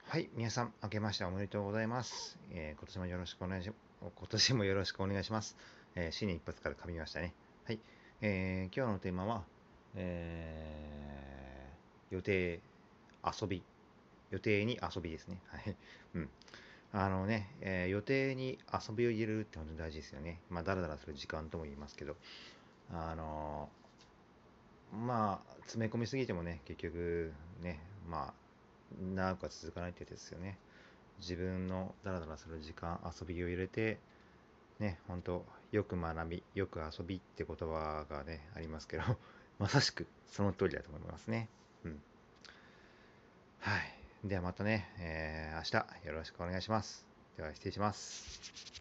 はい、皆さん、明けましておめでとうございます。今年もよろしくお願いし、今年もよろしくお願いします。新年一発から噛みましたね。はい、今日のテーマは、予定、遊び、予定に遊びですね。はい。うん。予定に遊びを入れるって本当に大事ですよね。まあ、だらだらする時間とも言いますけど、あの詰め込みすぎてもね、結局ね、長くは続かないってやつですよね。自分のダラダラする時間、遊びを入れて、ね、本当よく学び、よく遊びって言葉がね、ありますけど、まさしくその通りだと思いますね。うん。はい。ではまたね、明日よろしくお願いします。では失礼します。